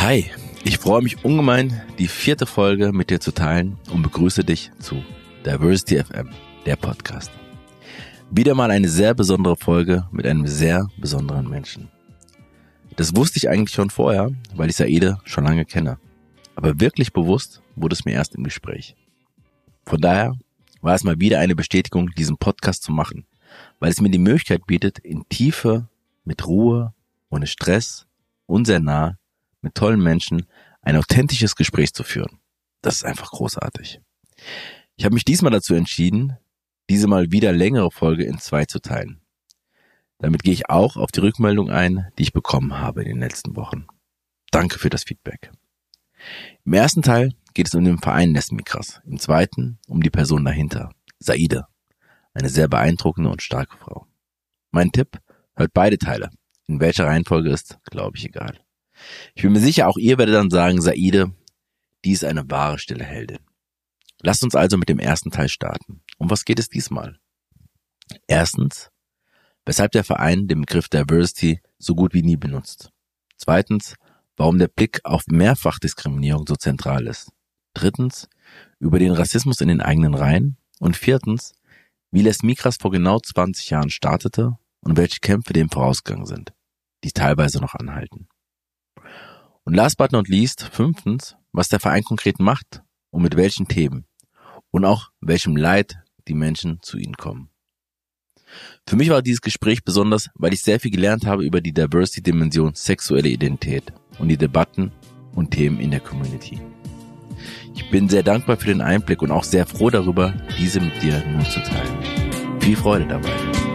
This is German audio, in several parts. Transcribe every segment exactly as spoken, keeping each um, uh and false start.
Hi, ich freue mich ungemein, die vierte Folge mit dir zu teilen und begrüße dich zu Diversity F M, der Podcast. Wieder mal eine sehr besondere Folge mit einem sehr besonderen Menschen. Das wusste ich eigentlich schon vorher, weil ich Saide schon lange kenne. Aber wirklich bewusst wurde es mir erst im Gespräch. Von daher war es mal wieder eine Bestätigung, diesen Podcast zu machen, weil es mir die Möglichkeit bietet, in Tiefe, mit Ruhe, ohne Stress und sehr nah mit tollen Menschen ein authentisches Gespräch zu führen. Das ist einfach großartig. Ich habe mich diesmal dazu entschieden, diese mal wieder längere Folge in zwei zu teilen. Damit gehe ich auch auf die Rückmeldung ein, die ich bekommen habe in den letzten Wochen. Danke für das Feedback. Im ersten Teil geht es um den Verein Les Migras, im zweiten um die Person dahinter, Saide, eine sehr beeindruckende und starke Frau. Mein Tipp, hört beide Teile. In welcher Reihenfolge ist, glaube ich, egal. Ich bin mir sicher, auch ihr werdet dann sagen, Saide, die ist eine wahre stille Heldin. Lasst uns also mit dem ersten Teil starten. Um was geht es diesmal? Erstens, weshalb der Verein den Begriff Diversity so gut wie nie benutzt. Zweitens, warum der Blick auf Mehrfachdiskriminierung so zentral ist. Drittens, über den Rassismus in den eigenen Reihen. Und viertens, wie Les Migras vor genau zwanzig Jahren startete und welche Kämpfe dem vorausgegangen sind, die teilweise noch anhalten. Und last but not least, fünftens, was der Verein konkret macht und mit welchen Themen und auch welchem Leid die Menschen zu ihnen kommen. Für mich war dieses Gespräch besonders, weil ich sehr viel gelernt habe über die Diversity-Dimension sexuelle Identität und die Debatten und Themen in der Community. Ich bin sehr dankbar für den Einblick und auch sehr froh darüber, diese mit dir nun zu teilen. Viel Freude dabei.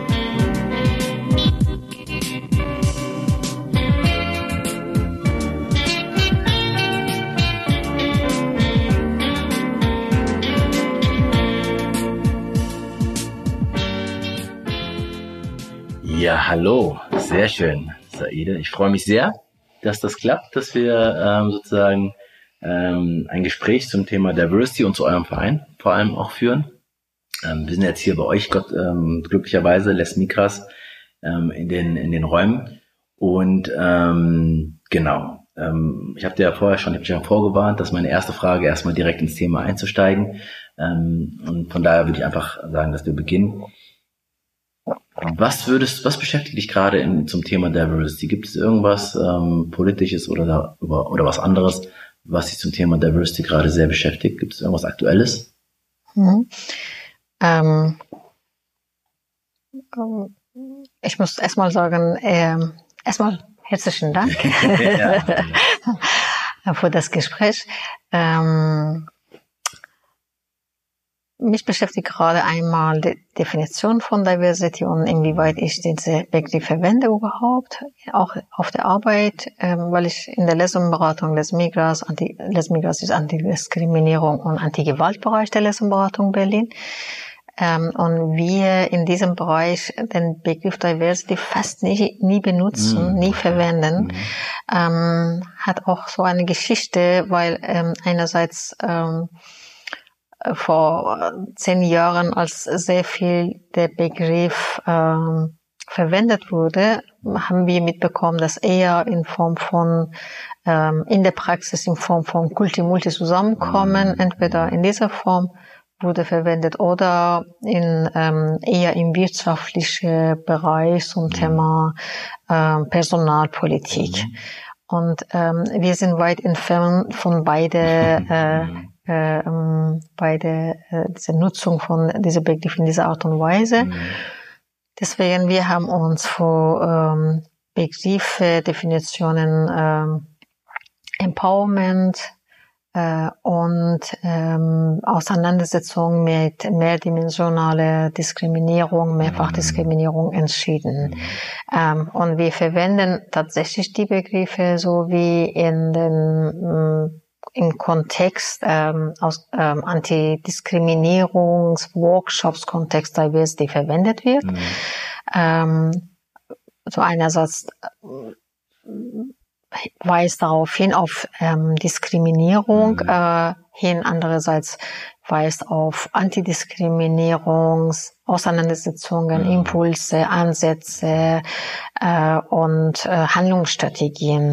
Ja, hallo, sehr schön, Saide. Ich freue mich sehr, dass das klappt, dass wir ähm, sozusagen ähm, ein Gespräch zum Thema Diversity und zu eurem Verein vor allem auch führen. Ähm, wir sind jetzt hier bei euch, Gott, ähm, glücklicherweise Les Migras ähm, in den in den Räumen und ähm, genau. Ähm, ich habe dir ja vorher schon, ich habe dich ja vorgewarnt, dass meine erste Frage erstmal direkt ins Thema einzusteigen ähm, und von daher würde ich einfach sagen, dass wir beginnen. Was würdest, was beschäftigt dich gerade in, zum Thema Diversity? Gibt es irgendwas ähm, Politisches oder, oder oder was anderes, was dich zum Thema Diversity gerade sehr beschäftigt? Gibt es irgendwas Aktuelles? Mhm. Ähm, ich muss erstmal sagen, ähm, erstmal herzlichen Dank für das Gespräch. Ähm, Mich beschäftigt gerade einmal die Definition von Diversity und inwieweit ich diese Begriff verwende überhaupt, auch auf der Arbeit, ähm, weil ich in der Lesbenberatung Les Migras, Anti, Les Migras ist Antidiskriminierung und Antigewaltbereich der Lesbenberatung Berlin. Ähm, und wir in diesem Bereich den Begriff Diversity fast nie, nie benutzen, mm. nie verwenden, mm. ähm, hat auch so eine Geschichte, weil ähm, einerseits ähm, vor zehn Jahren, als sehr viel der Begriff ähm, verwendet wurde, haben wir mitbekommen, dass eher in Form von, ähm, in der Praxis in Form von Kulti-Multi zusammenkommen, entweder in dieser Form wurde verwendet oder in ähm, eher im wirtschaftlichen Bereich zum Thema ähm, Personalpolitik. Und ähm, wir sind weit entfernt von beide äh, äh, bei der äh, dieser Nutzung von dieser Begriff in dieser Art und Weise. Mhm. Deswegen wir haben uns für ähm, Begriffe, Definitionen, ähm, Empowerment äh, und ähm, Auseinandersetzung mit mehrdimensionaler Diskriminierung, Mehrfachdiskriminierung entschieden. Mhm. Ähm, und wir verwenden tatsächlich die Begriffe so wie in den mh, im Kontext ähm, aus ähm, Antidiskriminierungs-Workshops, Kontext Diversity verwendet wird. Mhm. Ähm, so einerseits äh, weist darauf hin auf ähm, Diskriminierung mhm. äh, hin, andererseits weist auf Antidiskriminierungs Auseinandersetzungen, mhm. Impulse, Ansätze äh, und äh, Handlungsstrategien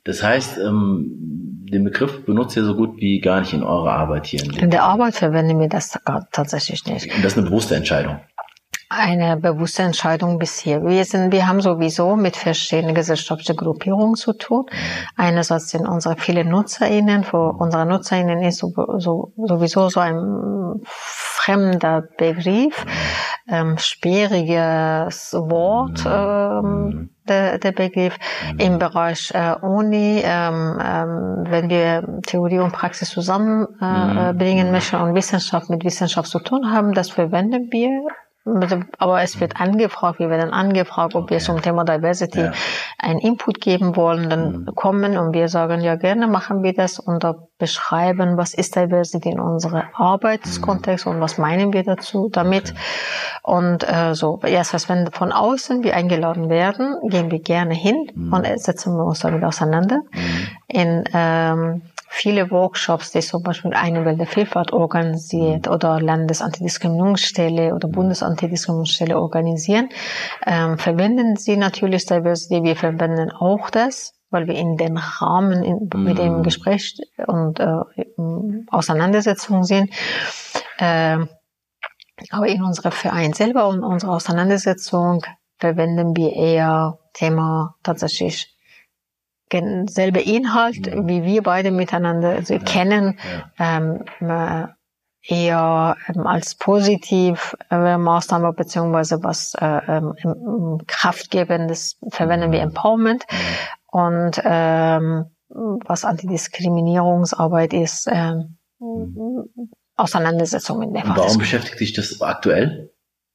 Das heißt, ähm, den Begriff benutzt ihr so gut wie gar nicht in eurer Arbeit hier. In, in der Arbeit verwenden wir das tatsächlich nicht. Und das ist eine bewusste Entscheidung? Eine bewusste Entscheidung bisher. Wir sind, wir haben sowieso mit verschiedenen gesellschaftlichen Gruppierungen zu tun. Einerseits sind unsere vielen NutzerInnen, für unsere NutzerInnen ist so, so, sowieso so ein fremder Begriff, ähm, schwieriges Wort, ähm, der, der Begriff. Im Bereich äh, Uni, ähm, ähm, wenn wir Theorie und Praxis zusammenbringen äh, bringen möchten und Wissenschaft mit Wissenschaft zu tun haben, das verwenden wir. Aber es wird angefragt, wir werden angefragt, ob wir zum Thema Diversity ja. einen Input geben wollen, dann mhm. kommen und wir sagen, ja gerne machen wir das und da beschreiben, was ist Diversity in unserem Arbeitskontext mhm. und was meinen wir dazu damit. Okay. Und äh, so, erst was, wenn von außen wir eingeladen werden, gehen wir gerne hin mhm. und setzen wir uns damit auseinander. Mhm. In ähm, viele Workshops, die zum Beispiel eine Welt der Vielfalt organisiert oder Landesantidiskriminierungsstelle oder Bundesantidiskriminierungsstelle organisieren, ähm, verwenden sie natürlich Diversity. Wir verwenden auch das, weil wir in den Rahmen in, mm. mit dem Gespräch und äh, Auseinandersetzung sind. Äh, aber in unserem Verein selber und unserer Auseinandersetzung verwenden wir eher Thema tatsächlich selbe Inhalt, mhm. wie wir beide miteinander also ja. kennen, ja. Ähm, eher ähm, als positiv äh, Maßnahme beziehungsweise was äh, ähm, kraftgebendes verwenden mhm. wir Empowerment mhm. und ähm, was Antidiskriminierungsarbeit ist, ähm, mhm. Auseinandersetzung mit der. Warum beschäftigt sich das aktuell?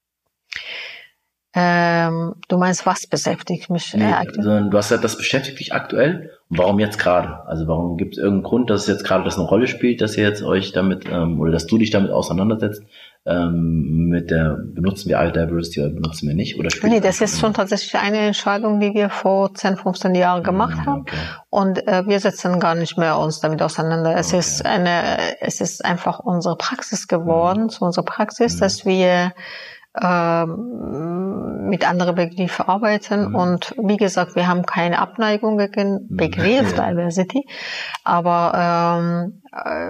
Ähm, du meinst, was beschäftigt mich nee, äh, aktuell? Sondern du hast gesagt, das beschäftigt dich aktuell. Und warum jetzt gerade? Also warum gibt es irgendeinen Grund, dass es jetzt gerade das eine Rolle spielt, dass ihr jetzt euch damit, ähm, oder dass du dich damit auseinandersetzt, ähm, mit der, benutzen wir all Diversity oder benutzen wir nicht? Oder nee, das ist schon tatsächlich eine Entscheidung, die wir vor zehn, fünfzehn Jahren gemacht mhm, haben. Okay. Und äh, wir setzen gar nicht mehr uns damit auseinander. Es okay. ist eine, es ist einfach unsere Praxis geworden, mhm. zu unserer Praxis, mhm. dass wir mit anderen Begriffen arbeiten mhm. und wie gesagt, wir haben keine Abneigung gegen Begriff ja. Diversity, aber ähm,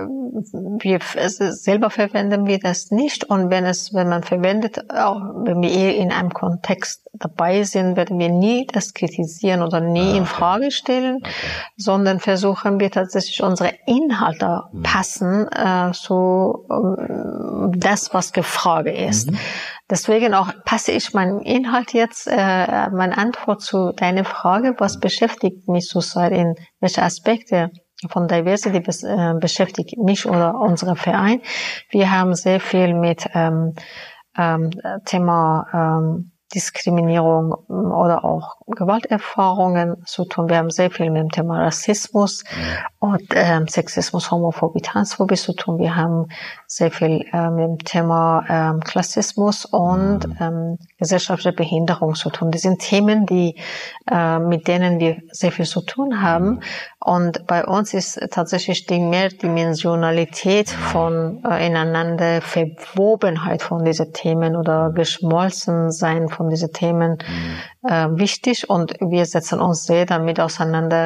wir selber verwenden wir das nicht und wenn es, wenn man verwendet, auch wenn wir eher in einem Kontext dabei sind, werden wir nie das kritisieren oder nie ah, okay. in Frage stellen, okay. sondern versuchen wir tatsächlich unsere Inhalte mhm. passen äh, zu äh, das, was gefragt ist. Mhm. Deswegen auch passe ich meinen Inhalt jetzt, äh, meine Antwort zu deiner Frage, was beschäftigt mich zurzeit, in welche Aspekte von Diversity bes äh, beschäftigt mich oder unseren Verein. Wir haben sehr viel mit ähm, ähm, Thema ähm, Diskriminierung oder auch Gewalterfahrungen zu tun. Wir haben sehr viel mit dem Thema Rassismus und ähm, Sexismus, Homophobie, Transphobie zu tun. Wir haben sehr viel äh, mit dem Thema ähm, Klassismus und ähm, gesellschaftliche Behinderung zu tun. Das sind Themen, die äh, mit denen wir sehr viel zu tun haben. Und bei uns ist tatsächlich die Mehrdimensionalität von äh, ineinander Verwobenheit von diesen Themen oder Geschmolzensein von diesen Themen äh, wichtig. Und wir setzen uns sehr damit auseinander,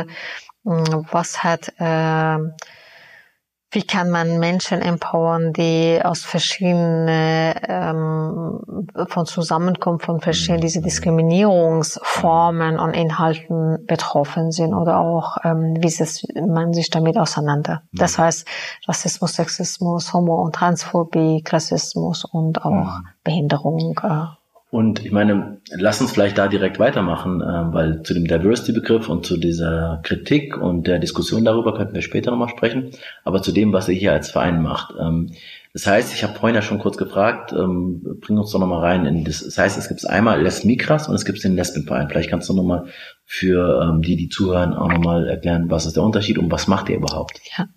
was hat, äh, wie kann man Menschen empowern, die aus verschiedenen, ähm, von Zusammenkunft von verschiedenen diese Diskriminierungsformen und Inhalten betroffen sind oder auch, ähm, wie setzt man sich damit auseinander. Das heißt, Rassismus, Sexismus, Homo- und Transphobie, Klassismus und auch Behinderung, äh, Und ich meine, lass uns vielleicht da direkt weitermachen, äh, weil zu dem Diversity-Begriff und zu dieser Kritik und der Diskussion darüber könnten wir später nochmal sprechen, aber zu dem, was ihr hier als Verein macht. Ähm, das heißt, ich habe vorhin ja schon kurz gefragt, ähm, bring uns doch nochmal rein in das. Das heißt, es gibt einmal Les Migras und es gibt den Lesbenverein. Vielleicht kannst du nochmal für ähm, die, die zuhören, auch nochmal erklären, was ist der Unterschied und was macht ihr überhaupt? Ja,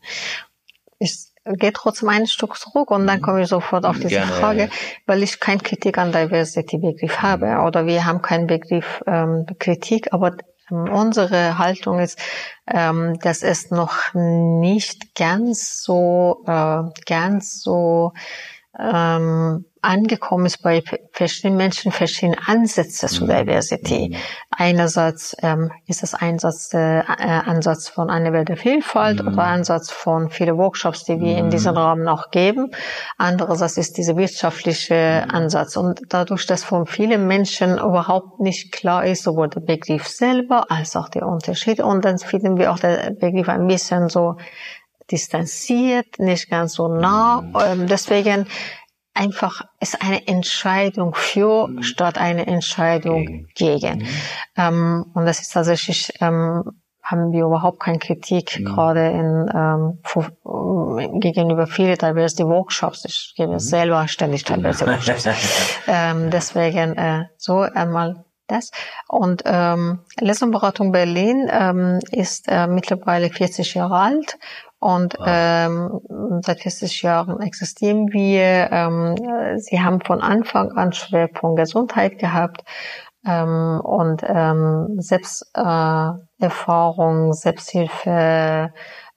ich gehe trotzdem ein Stück zurück und dann komme ich sofort auf diese Gerne, Frage, ja, ja. weil ich kein Kritik an Diversity-Begriff habe mhm. oder wir haben keinen Begriff ähm, Kritik, aber ähm, unsere Haltung ist, ähm, dass es noch nicht ganz so, äh, ganz so ähm, angekommen ist bei verschiedenen Menschen, verschiedene Ansätze zur Diversity. Einerseits ähm, ist das Einsatz, äh, Ansatz von einer Welt der Vielfalt mhm. oder Ansatz von vielen Workshops, die wir mhm. in diesem Rahmen auch geben. Andererseits ist dieser wirtschaftliche mhm. Ansatz. Und dadurch, dass von vielen Menschen überhaupt nicht klar ist, sowohl der Begriff selber als auch der Unterschied. Und dann finden wir auch den Begriff ein bisschen so distanziert, nicht ganz so nah. Ähm, deswegen einfach ist eine Entscheidung für mhm. statt eine Entscheidung okay. gegen. Mhm. Ähm, und das ist tatsächlich, ähm, haben wir überhaupt keine Kritik, mhm. gerade in, ähm, für, gegenüber vielen Diversity Workshops. Ich gebe mhm. selber ständig Diversity Workshops. ähm, deswegen äh, so einmal das. Und ähm, Lesbenberatung Berlin ähm, ist äh, mittlerweile vierzig Jahre alt. Und ähm, seit vierzig Jahren existieren wir. Ähm, sie haben von Anfang an Schwerpunkt Gesundheit gehabt ähm, und ähm, Selbsterfahrung, äh, Selbsthilfe,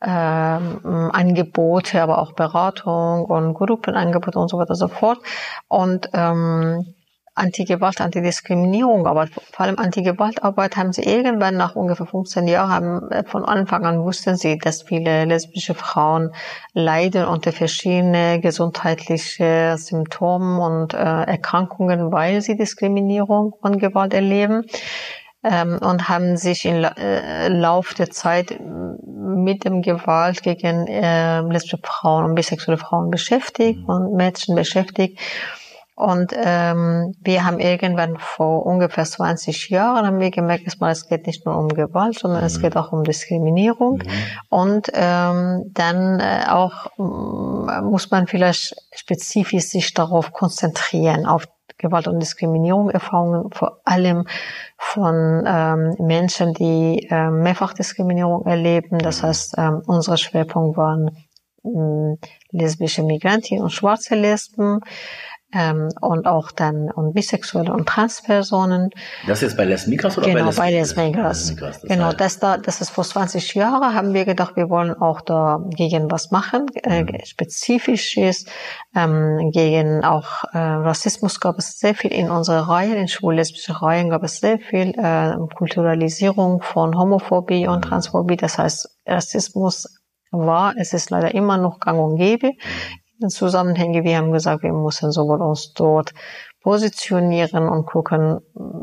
ähm, Angebote, aber auch Beratung und Gruppenangebote und so weiter und so fort. Und ähm, Anti-Gewalt, Antidiskriminierung, aber vor allem Anti-Gewaltarbeit haben sie irgendwann nach ungefähr fünfzehn Jahren, haben, von Anfang an wussten sie, dass viele lesbische Frauen leiden unter verschiedene gesundheitliche Symptomen und äh, Erkrankungen, weil sie Diskriminierung und Gewalt erleben. Ähm, und haben sich im äh, Lauf der Zeit mit dem Gewalt gegen äh, lesbische Frauen und bisexuelle Frauen beschäftigt und Mädchen beschäftigt. Und ähm, wir haben irgendwann vor ungefähr zwanzig Jahren haben wir gemerkt, dass es geht nicht nur um Gewalt, sondern mhm. es geht auch um Diskriminierung. Mhm. Und ähm, dann äh, auch äh, muss man vielleicht spezifisch sich darauf konzentrieren, auf Gewalt- und Diskriminierung, Erfahrungen vor allem von ähm, Menschen, die äh, Mehrfachdiskriminierung erleben. Das heißt, ähm, unsere Schwerpunkte waren äh, lesbische Migrantinnen und schwarze Lesben. Ähm, und auch dann und bisexuelle und Transpersonen. Das ist jetzt bei Les Migras oder genau, bei Les Migras? Genau, bei Les Migras. Genau, heißt. das da, das ist vor zwanzig Jahren haben wir gedacht, wir wollen auch dagegen was machen, äh, mhm. spezifisches, ähm, gegen auch äh, Rassismus gab es sehr viel in unserer Reihe, in schwul-lesbischen Reihen gab es sehr viel äh, Kulturalisierung von Homophobie mhm. und Transphobie. Das heißt, Rassismus war, es ist leider immer noch gang und gäbe. Zusammenhänge. Wir haben gesagt, wir müssen sowohl uns dort positionieren und gucken,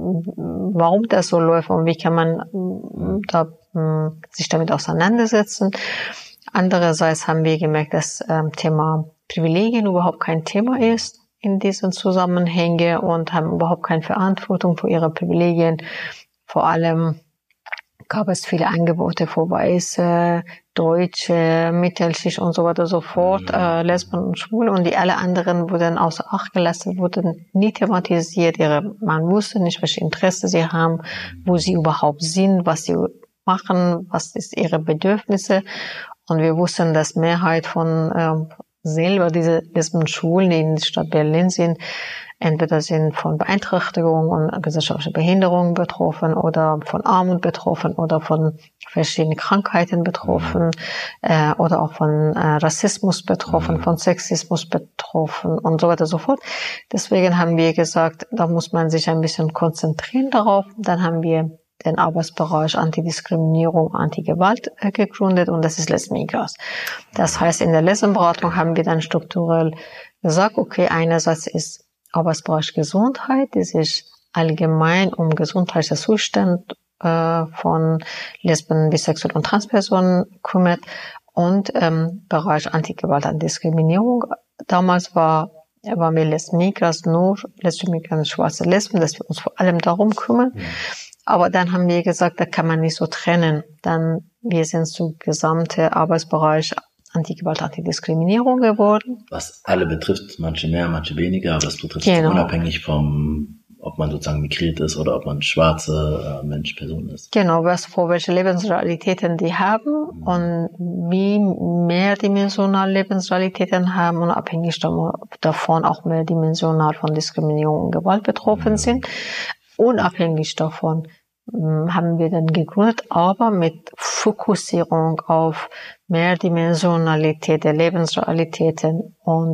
warum das so läuft und wie kann man da, sich damit auseinandersetzen. Andererseits haben wir gemerkt, dass ähm, Thema Privilegien überhaupt kein Thema ist in diesen Zusammenhängen und haben überhaupt keine Verantwortung für ihre Privilegien. Vor allem gab es viele Angebote für Weiße, Deutsche, Mittelschicht und so weiter und so fort, äh, Lesben und Schwule, und die alle anderen wurden außer Acht gelassen, wurden nie thematisiert. Ihre, man wusste nicht, welche Interesse sie haben, wo sie überhaupt sind, was sie machen, was ist ihre Bedürfnisse. Und wir wussten, dass Mehrheit von äh, selber diese Lesben und Schwulen, die in der Stadt Berlin sind, entweder sind von Beeinträchtigung und gesellschaftlicher Behinderung betroffen oder von Armut betroffen oder von verschiedenen Krankheiten betroffen mhm. äh, oder auch von äh, Rassismus betroffen, mhm. von Sexismus betroffen und so weiter und so fort. Deswegen haben wir gesagt, da muss man sich ein bisschen konzentrieren darauf. Dann haben wir den Arbeitsbereich Antidiskriminierung, Antigewalt äh, gegründet und das ist Les Migras. Das heißt, in der Lesbenberatung haben wir dann strukturell gesagt, okay, einerseits ist Arbeitsbereich Gesundheit, die sich allgemein um gesundheitlichen Zustand äh, von Lesben, Bisexuellen und Transpersonen kümmert und ähm, Bereich Antigewalt und Diskriminierung. Damals war war mir Les Migras nur lesbische Migranten, schwarze Lesben, dass wir uns vor allem darum kümmern. Mhm. Aber dann haben wir gesagt, da kann man nicht so trennen. Dann wir sind zu gesamte Arbeitsbereich Antigewalt, Antidiskriminierung geworden. Was alle betrifft, manche mehr, manche weniger, aber das betrifft genau. unabhängig vom, ob man sozusagen migriert ist oder ob man schwarze äh, Mensch, Person ist. Genau, was vor welche Lebensrealitäten die haben mhm. und wie mehrdimensional Lebensrealitäten haben und abhängig davon auch mehrdimensional von Diskriminierung und Gewalt betroffen mhm. sind. Unabhängig davon haben wir dann gegründet, aber mit Fokussierung auf Mehrdimensionalität der Lebensrealitäten und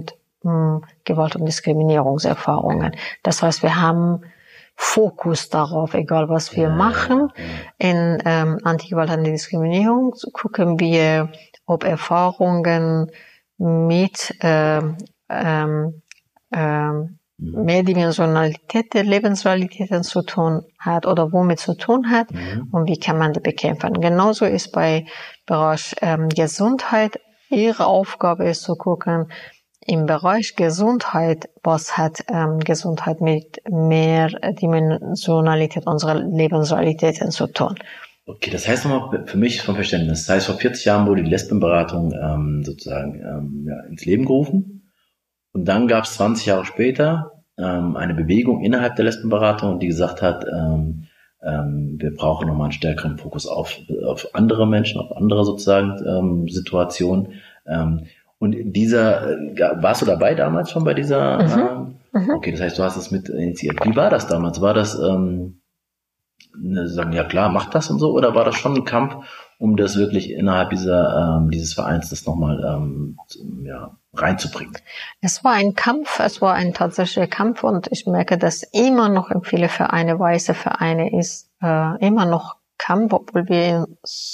mh, Gewalt- und Diskriminierungserfahrungen. Das heißt, wir haben Fokus darauf, egal was wir ja, machen. Ja, ja. In ähm, Antigewalt und Diskriminierung gucken wir, ob Erfahrungen mit ähm, ähm, ähm, Mehrdimensionalität der Lebensrealitäten zu tun hat oder womit zu tun hat mhm. und wie kann man die bekämpfen. Genauso ist bei Bereich ähm, Gesundheit, ihre Aufgabe ist zu gucken, im Bereich Gesundheit, was hat ähm, Gesundheit mit mehr Dimensionalität unserer Lebensrealitäten zu tun. Okay, das heißt nochmal für mich vom Verständnis, das heißt vor vierzig Jahren wurde die Lesbenberatung ähm, sozusagen ähm, ja, ins Leben gerufen. Und dann gab es zwanzig Jahre später ähm, eine Bewegung innerhalb der Lesbenberatung, die gesagt hat, ähm, ähm, wir brauchen nochmal einen stärkeren Fokus auf, auf andere Menschen, auf andere sozusagen ähm, Situationen. Ähm, und dieser, äh, warst du dabei damals schon bei dieser? Mhm. Ähm, okay, das heißt, du hast es mit initiiert. Wie war das damals? War das, ähm, ne, sagen, ja klar, mach das und so, oder war das schon ein Kampf, um das wirklich innerhalb dieser ähm, dieses Vereins das nochmal ähm, ja, reinzubringen? Es war ein Kampf, es war ein tatsächlicher Kampf und ich merke, dass immer noch in viele Vereine, weiße Vereine ist, äh, immer noch Kampf, obwohl wir in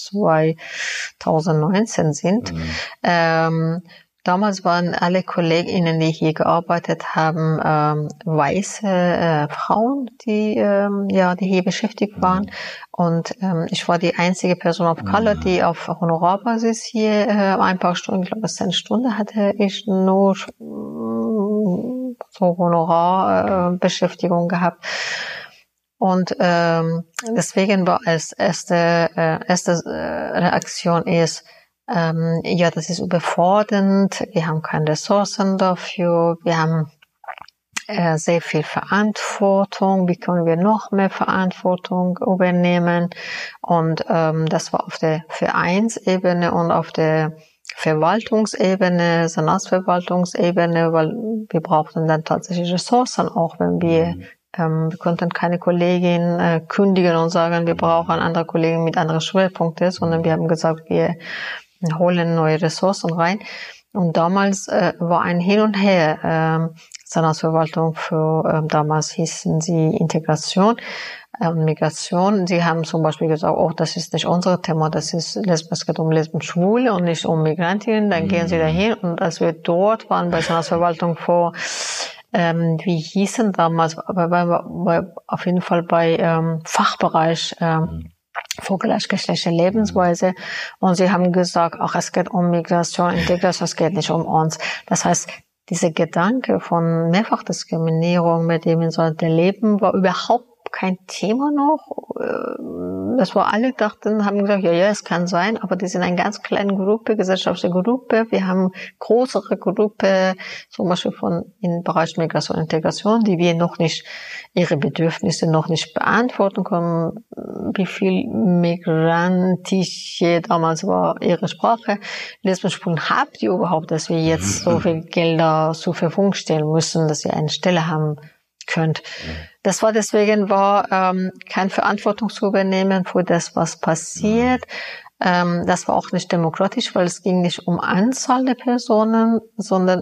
zweitausendneunzehn sind. Mhm. Ähm, Damals waren alle KollegInnen, die hier gearbeitet haben, ähm, weiße äh, Frauen, die ähm, ja die hier beschäftigt waren. Mhm. Und ähm, ich war die einzige Person of Color, die auf Honorarbasis hier äh, ein paar Stunden, ich glaube, zehn Stunden hatte ich nur äh, so Honorarbeschäftigung äh, gehabt. Und ähm, deswegen war als erste äh, erste äh, Reaktion ist, Ähm, ja, das ist überfordernd, wir haben keine Ressourcen dafür, wir haben äh, sehr viel Verantwortung, wie können wir noch mehr Verantwortung übernehmen? Und ähm, das war auf der Vereinsebene und auf der Verwaltungsebene, Senatsverwaltungsebene, weil wir brauchten dann tatsächlich Ressourcen, auch wenn wir ähm, wir konnten keine Kollegin äh, kündigen und sagen, wir brauchen andere Kollegen mit anderen Schwerpunkten, sondern wir haben gesagt, wir holen neue Ressourcen rein. Und damals äh, war ein Hin und Her. Ähm, Senatsverwaltung für, ähm, damals hießen sie Integration äh, und Migration. Sie haben zum Beispiel gesagt, oh, das ist nicht unser Thema, das ist Lesben, es geht um Lesben, Schwule und nicht um Migrantinnen. Dann mhm. gehen sie dahin. Und als wir dort waren bei Senatsverwaltung vor, ähm, wie hießen damals, bei, bei, bei, auf jeden Fall bei ähm, Fachbereich, ähm, mhm. für gleichgeschlechtliche Lebensweise. Und sie haben gesagt, ach, es geht um Migration, Integration, es geht nicht um uns. Das heißt, dieser Gedanke von Mehrfachdiskriminierung, mit dem wir sollten leben, war überhaupt kein Thema noch. Das war alle dachten, haben gesagt, ja, ja, es kann sein, aber die sind eine ganz kleine Gruppe, gesellschaftliche Gruppe. Wir haben größere Gruppe, zum Beispiel von im Bereich Migration und Integration, die wir noch nicht, ihre Bedürfnisse noch nicht beantworten können. Wie viel migrantische damals war ihre Sprache. Lesbensprung habt ihr überhaupt, dass wir jetzt so viel Gelder zur Verfügung stellen müssen, dass ihr eine Stelle haben könnt. Das war deswegen war ähm, keine Verantwortung zu übernehmen für das, was passiert. Ähm, das war auch nicht demokratisch, weil es ging nicht um Anzahl der Personen, sondern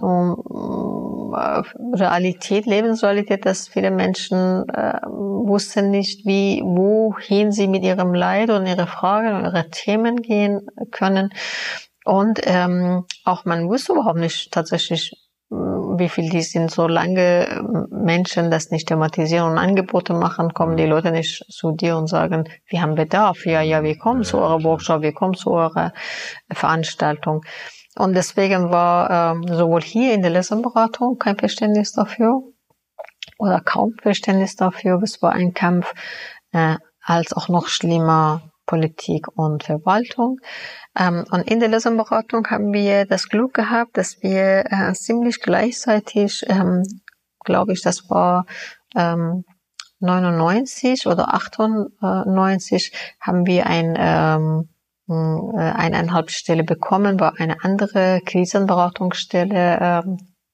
um äh, Realität, Lebensrealität, dass viele Menschen äh, wussten nicht, wie, wohin sie mit ihrem Leid und ihre Fragen und ihre Themen gehen können. Und ähm, auch man wusste überhaupt nicht tatsächlich, wie viel die sind, solange Menschen das nicht thematisieren und Angebote machen, kommen die Leute nicht zu dir und sagen, wir haben Bedarf, ja, ja, wir kommen zu eurer Workshop, wir kommen zu eurer Veranstaltung. Und deswegen war ähm, sowohl hier in der Lesbenberatung kein Verständnis dafür oder kaum Verständnis dafür, es war ein Kampf, äh, als auch noch schlimmer Politik und Verwaltung. Ähm, und in der Lesbenberatung haben wir das Glück gehabt, dass wir äh, ziemlich gleichzeitig, ähm, glaube ich, das war ähm, neunundneunzig oder achtundneunzig, haben wir ein ähm, eineinhalb Stelle bekommen, war eine andere Krisenberatungsstelle ähm,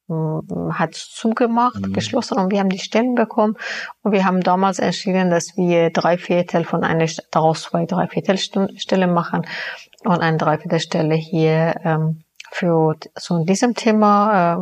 hat zugemacht, mhm. geschlossen, und wir haben die Stellen bekommen und wir haben damals entschieden, dass wir drei Viertel von einer, daraus zwei drei Viertel Stellen machen und eine Dreiviertelstelle hier ähm, für zu diesem Thema,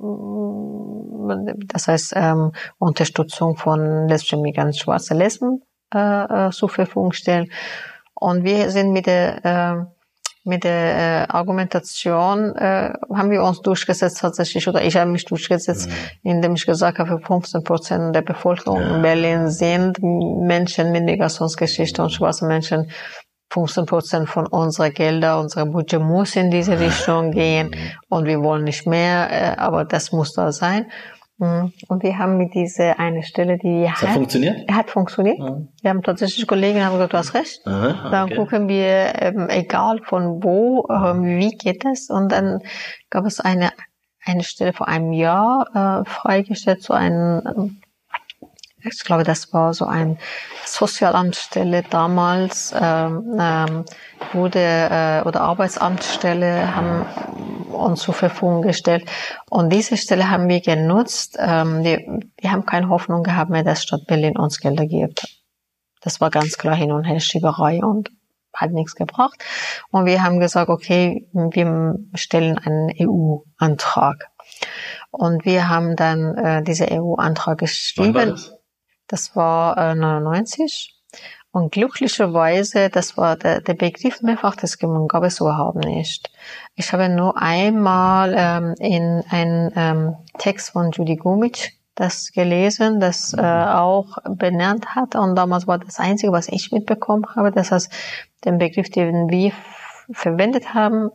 das heißt Unterstützung von lesbischen Migranten, schwarze Lesben zur Verfügung stellen. Und wir sind mit der mit der Argumentation haben wir uns durchgesetzt tatsächlich, oder ich habe mich durchgesetzt, mhm. indem ich gesagt habe, fünfzehn Prozent der Bevölkerung ja. in Berlin sind Menschen mit Migrationsgeschichte und schwarze Menschen. fünfzehn Prozent von unserer Gelder, unser Budget muss in diese Richtung gehen und wir wollen nicht mehr, aber das muss da sein. Und wir haben mit dieser eine Stelle, die das hat, hat funktioniert? Hat funktioniert. Ja. Wir haben tatsächlich Kollegen, haben gesagt, du hast recht. Aha, okay. Dann gucken wir, ähm, egal von wo, ähm, wie geht es. Und dann gab es eine eine Stelle vor einem Jahr äh, freigestellt zu einem ähm, ich glaube, das war so ein Sozialamtsstelle damals, ähm, ähm, wurde, äh, oder Arbeitsamtsstelle haben uns zur Verfügung gestellt. Und diese Stelle haben wir genutzt. Ähm, wir, wir haben keine Hoffnung gehabt mehr, dass Stadt Berlin uns Gelder gibt. Das war ganz klar hin und her Schieberei und hat nichts gebracht. Und wir haben gesagt, okay, wir stellen einen E U-Antrag. Und wir haben dann äh, diesen E U-Antrag geschrieben. Wann war das? Das war äh, neunundneunzig und glücklicherweise, das war der, der Begriff Mehrfachdiskriminierung gab es überhaupt nicht. Ich habe nur einmal ähm, in einem ähm, Text von Judy Gumic das gelesen, das äh, auch benannt hat, und damals war das Einzige, was ich mitbekommen habe, das heißt, den Begriff, den wir f- verwendet haben,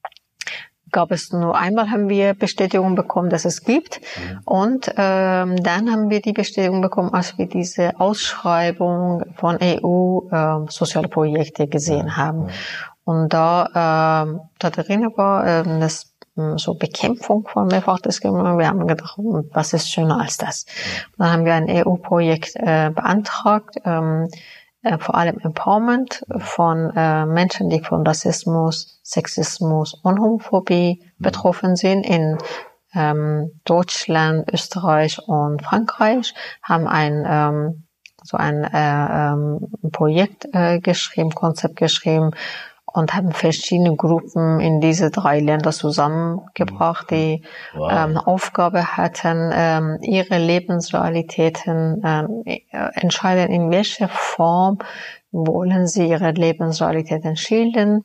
gab es nur einmal, haben wir Bestätigung bekommen, dass es gibt. Mhm. Und ähm, dann haben wir die Bestätigung bekommen, als wir diese Ausschreibung von E U äh, soziale Projekte gesehen mhm. haben. Mhm. Und da, äh, da drin war äh, das so Bekämpfung von Mehrfachdiskriminierung. Wir haben gedacht, was ist schöner als das? Mhm. Dann haben wir ein E U-Projekt äh, beantragt, ähm, äh, vor allem Empowerment von äh, Menschen, die von Rassismus, Sexismus und Homophobie mhm. betroffen sind in ähm, Deutschland, Österreich und Frankreich, haben ein ähm, so ein äh, ähm, Projekt äh, geschrieben, Konzept geschrieben und haben verschiedene Gruppen in diese drei Länder zusammengebracht, die wow. ähm, Aufgabe hatten, ähm, ihre Lebensrealitäten ähm, entscheiden, in welcher Form wollen sie ihre Lebensrealitäten schildern,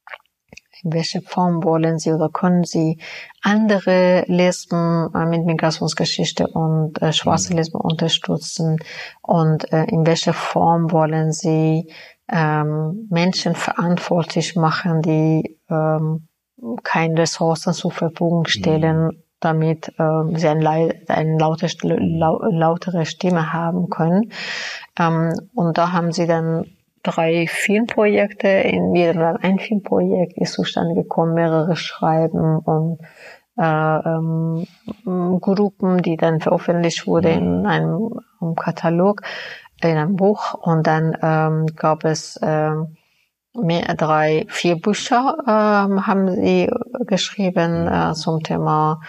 in welcher Form wollen sie oder können sie andere Lesben äh, mit Migrationsgeschichte und äh, schwarze mhm. Lesben unterstützen und äh, in welcher Form wollen sie ähm, Menschen verantwortlich machen, die ähm, keine Ressourcen zur Verfügung stellen, mhm. damit ähm, sie ein, eine laute, lau, lautere Stimme haben können. Ähm, und da haben sie dann drei Filmprojekte, in jedem ein Filmprojekt ist zustande gekommen, mehrere Schreiben und äh, ähm, Gruppen, die dann veröffentlicht wurde in einem, einem Katalog, in einem Buch, und dann ähm, gab es äh, mehr, drei, vier Bücher äh, haben sie geschrieben äh, zum Thema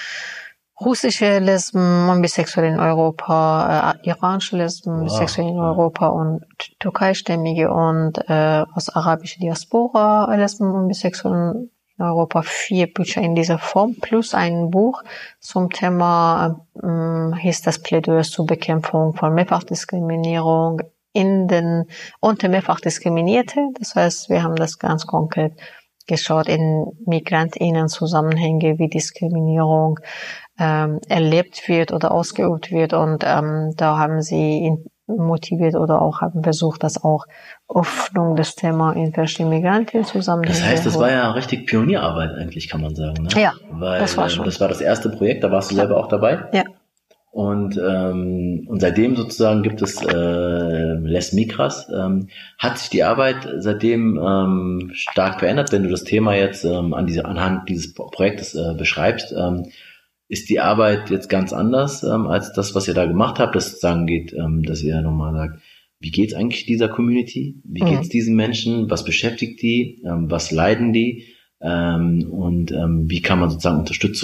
russische Lesben und Bisexuelle in Europa, äh, iranische Lesben, wow. Bisexuelle in Europa und türkeistämmige und äh, aus arabischer Diaspora Lesben und Bisexuelle in Europa. Vier Bücher in dieser Form plus ein Buch zum Thema, äh, hieß das Plädoyer zur Bekämpfung von Mehrfachdiskriminierung in den unter Mehrfachdiskriminierte. Das heißt, wir haben das ganz konkret geschaut in MigrantInnen-Zusammenhänge, wie Diskriminierung ähm, erlebt wird oder ausgeübt wird, und ähm, da haben sie motiviert oder auch haben versucht, dass auch Öffnung des Themas in verschiedenen Migrantinnen-Zusammenhänge. Das heißt, das war ja richtig Pionierarbeit eigentlich, kann man sagen, ne? Ja, weil das war schon. Das war das erste Projekt, da warst du selber auch dabei. Ja. Und ähm, und seitdem sozusagen gibt es äh, Les Migras. Ähm, hat sich die Arbeit seitdem ähm, stark verändert, wenn du das Thema jetzt ähm, an diese anhand dieses Projektes äh, beschreibst? Ähm, ist die Arbeit jetzt ganz anders ähm, als das, was ihr da gemacht habt? Das sozusagen geht, ähm, dass ihr nochmal sagt, wie geht's eigentlich dieser Community? Wie mhm. geht's diesen Menschen? Was beschäftigt die? Ähm, was leiden die? Ähm, und ähm, wie kann man sozusagen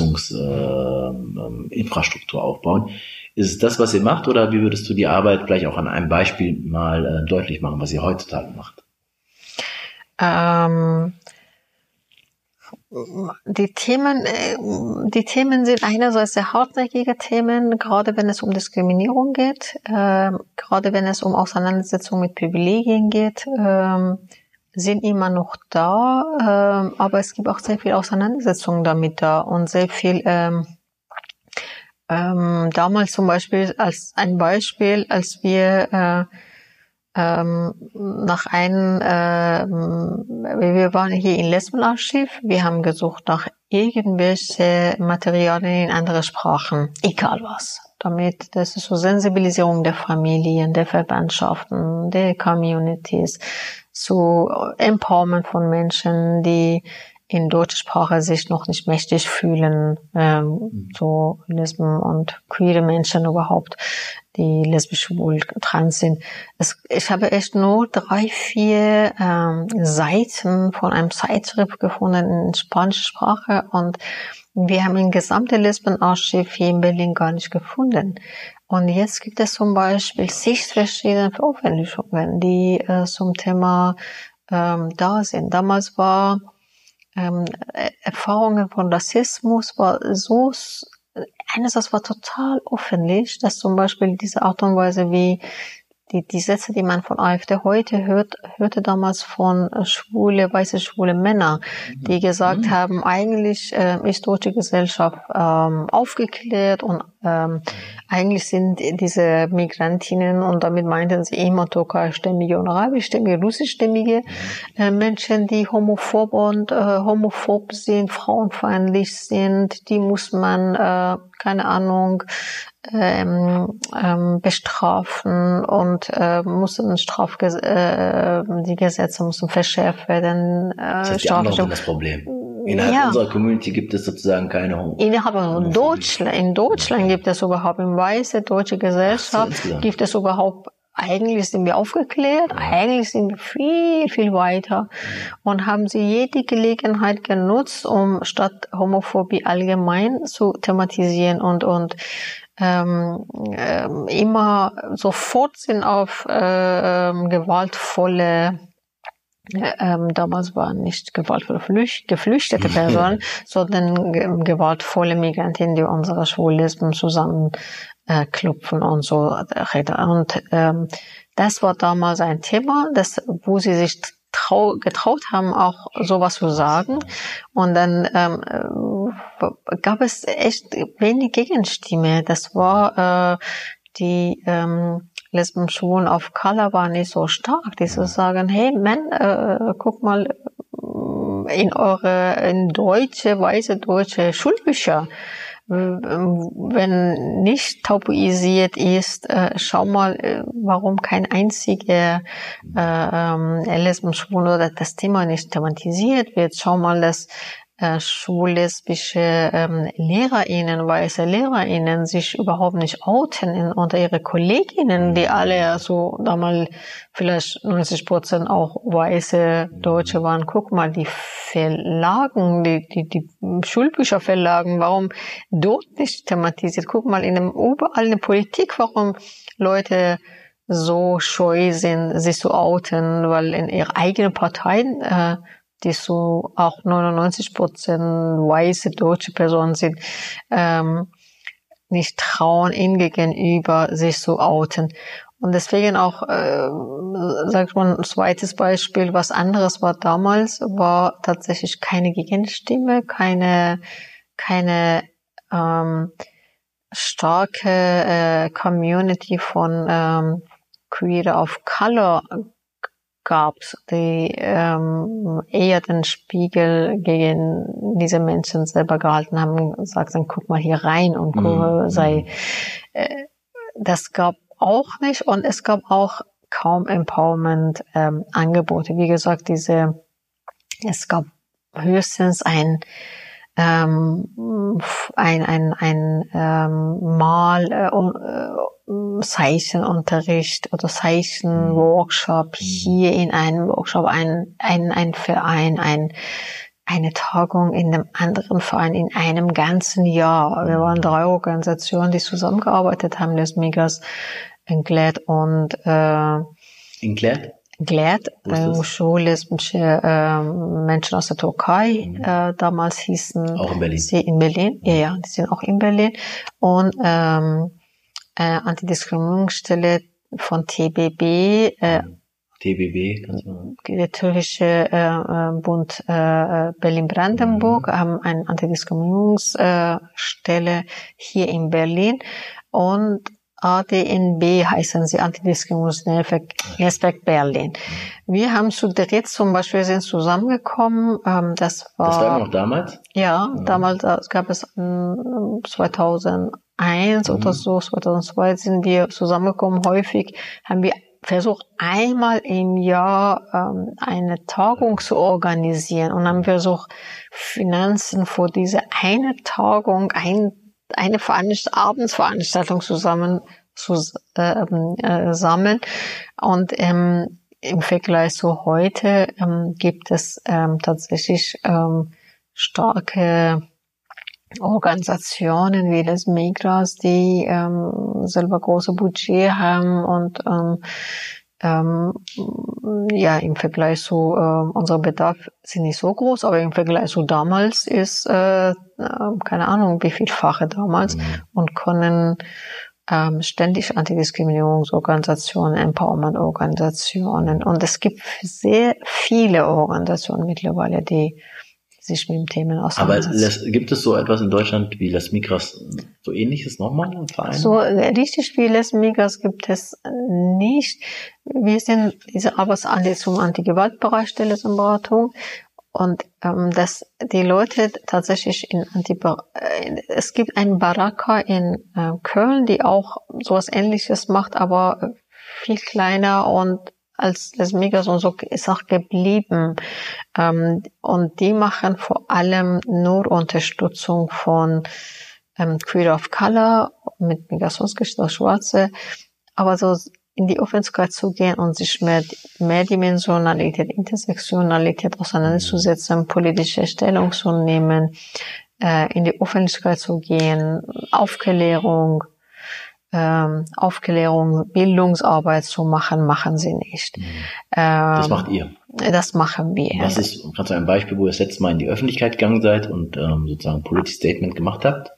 Unterstützungsinfrastruktur äh, aufbauen? Ist es das, was ihr macht, oder wie würdest du die Arbeit vielleicht auch an einem Beispiel mal äh, deutlich machen, was ihr heutzutage macht? Ähm, die Themen, die Themen sind einerseits sehr hartnäckige Themen, gerade wenn es um Diskriminierung geht, äh, gerade wenn es um Auseinandersetzung mit Privilegien geht, äh, sind immer noch da, äh, aber es gibt auch sehr viel Auseinandersetzung damit da und sehr viel, ähm, ähm, damals zum Beispiel als ein Beispiel, als wir äh, Ähm, nach einem, äh, wir waren hier im Lesbenarchiv, wir haben gesucht nach irgendwelche Materialien in andere Sprachen, egal was. Damit, das ist so Sensibilisierung der Familien, der Verbandschaften, der Communities, so Empowerment von Menschen, die in deutscher Sprache sich noch nicht mächtig fühlen, ähm, so Lesben und queere Menschen überhaupt, die lesbisch, schwul, trans sind. Es, ich habe echt nur drei, vier ähm, Seiten von einem Zeitschrift gefunden in spanischer Sprache und wir haben ein gesamtes Lesbenarchiv hier in Berlin gar nicht gefunden. Und jetzt gibt es zum Beispiel sechs verschiedene Veröffentlichungen, die äh, zum Thema ähm, da sind. Damals war Ähm, Erfahrungen von Rassismus war so, einerseits war total öffentlich, dass zum Beispiel diese Art und Weise, wie die, die Sätze, die man von AfD heute hört, hörte damals von schwule, weiße, schwule Männer, die gesagt mhm. haben, eigentlich äh, ist deutsche Gesellschaft ähm, aufgeklärt und ähm, eigentlich sind diese Migrantinnen, und damit meinten sie immer türkeistämmige und arabischstämmige, russischstämmige äh, Menschen, die homophob und äh, homophob sind, frauenfeindlich sind, die muss man, äh, keine Ahnung, ähm, ähm, bestrafen und äh, mussten Strafges äh, die Gesetze mussten verschärft werden. Äh, das heißt, die anderen sind das Problem. Innerhalb ja. unserer Community gibt es sozusagen keine Homo. Innerhalb von Deutschland, in Deutschland gibt es überhaupt, in weiße deutsche Gesellschaft so, gibt es überhaupt, eigentlich sind wir aufgeklärt, ja. eigentlich sind wir viel, viel weiter und haben sie jede Gelegenheit genutzt, um statt Homophobie allgemein zu thematisieren und, und ähm, ähm, immer sofort sind auf äh, gewaltvolle Ähm, damals waren nicht gewaltvolle Flücht, geflüchtete Personen, sondern ge gewaltvolle Migrantinnen, die unsere Schwul-Lesben zusammen äh, klopfen und so. Und ähm, das war damals ein Thema, das, wo sie sich trau getraut haben, auch sowas zu sagen. Und dann ähm, gab es echt wenig Gegenstimme. Das war äh, die ähm, Lesben, Schwulen of Color war nicht so stark, die so sagen, hey Mann, äh, guck mal in eure in deutsche, weiße deutsche Schulbücher, wenn nicht tabuisiert ist, äh, schau mal, äh, warum kein einziger äh, ähm, Lesben, Schwulen oder das Thema nicht thematisiert wird. Schau mal, dass äh, schwul-lesbische ähm, LehrerInnen, weiße LehrerInnen sich überhaupt nicht outen in, unter ihre Kolleginnen, die alle so damals vielleicht neunzig Prozent auch weiße Deutsche waren. Guck mal, die Verlagen, die, die, die Schulbücherverlagen, warum dort nicht thematisiert? Guck mal, in dem, überall in der Politik, warum Leute so scheu sind, sich zu outen, weil in ihrer eigenen Parteien, äh, die so auch neunundneunzig Prozent weiße deutsche Personen sind, ähm, nicht trauen, ihnen gegenüber sich zu outen. Und deswegen auch, äh, sagt man, ein zweites Beispiel, was anderes war damals, war tatsächlich keine Gegenstimme, keine, keine ähm, starke äh, Community von ähm, Queer of Color gab's, die ähm, eher den Spiegel gegen diese Menschen selber gehalten haben, gesagt, dann guck mal hier rein und guck, mm, sei. Äh, das gab auch nicht und es gab auch kaum Empowerment ähm, Angebote. Wie gesagt, diese, es gab höchstens ein ähm, ein ein ein ähm, Mal äh, Zeichenunterricht oder Zeichenworkshop hier in einem Workshop, ein ein ein Verein, ein eine Tagung in einem anderen Verein in einem ganzen Jahr. Wir waren drei Organisationen, die zusammengearbeitet haben, Les Migras, Incled und äh, Incled? GLAAD, äh, schwul-lesbische äh, Menschen aus der Türkei, mhm. äh, damals hießen auch in Berlin. sie in Berlin, mhm. ja, ja, die sind auch in Berlin. Und ähm, äh, Antidiskriminierungsstelle von T B B, äh, T B B, kannst du der türkische äh, Bund äh, Berlin-Brandenburg, mhm. haben eine Antidiskriminierungsstelle äh, hier in Berlin und A D N B heißen sie, Antidiskriminierungsnetzwerk Berlin. Wir haben zu dritt zum Beispiel sind zusammengekommen. Ähm, das war. Das war noch damals? Ja, mhm. damals äh, gab es ähm, zweitausendeins mhm. oder so, zweitausendzwei sind wir zusammengekommen. Häufig haben wir versucht, einmal im Jahr ähm, eine Tagung zu organisieren und haben versucht, Finanzen für diese eine Tagung ein eine Veranst- Abendsveranstaltung zusammen zu äh, äh, sammeln. Und ähm, im Vergleich zu heute ähm, gibt es ähm, tatsächlich ähm, starke Organisationen wie das Migras, die ähm, selber große Budget haben und ähm, ähm, ja, im Vergleich zu äh, unser Bedarf sind nicht so groß, aber im Vergleich zu damals ist äh, keine Ahnung wie vielfache damals mhm. und können ähm, ständig Antidiskriminierungsorganisationen, Empowerment-Organisationen und es gibt sehr viele Organisationen mittlerweile, die sich mit dem Thema auseinandersetzen. Aber gibt es so etwas in Deutschland wie Les Migras, so ähnliches nochmal im Verein? So richtig wie Les Migras gibt es nicht. Wir sind diese Arbeitsanteil zum Antigewaltbereich der Lesenberatung und ähm, dass die Leute tatsächlich in Anti äh, es gibt einen Baraka in äh, Köln, die auch sowas Ähnliches macht, aber viel kleiner und als Les Migras und so ist auch geblieben. Ähm, und die machen vor allem nur Unterstützung von ähm, Queer of Color mit Migrationsgeschichte, Schwarze. Aber so in die Öffentlichkeit zu gehen und sich mit Mehrdimensionalität, Intersektionalität auseinanderzusetzen, politische Stellung zu nehmen, äh, in die Öffentlichkeit zu gehen, Aufklärung, Ähm, Aufklärung, Bildungsarbeit zu machen, machen sie nicht. Mhm. Ähm, das macht ihr? Das machen wir. Was ist, kannst du ein Beispiel, wo ihr das letzte Mal in die Öffentlichkeit gegangen seid und ähm, sozusagen ein politisches Statement gemacht habt?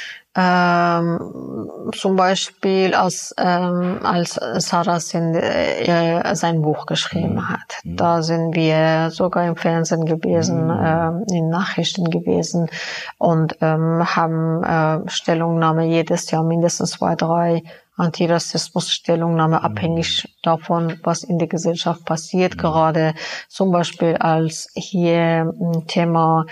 Ähm, zum Beispiel als, ähm, als Sarah Sind, äh, sein Buch geschrieben mhm. hat. Mhm. Da sind wir sogar im Fernsehen gewesen, mhm. äh, in Nachrichten gewesen und ähm, haben äh, Stellungnahme jedes Jahr mindestens zwei, drei Antirassismus-Stellungnahme, mhm. abhängig davon, was in der Gesellschaft passiert. Mhm. Gerade zum Beispiel als hier ein Thema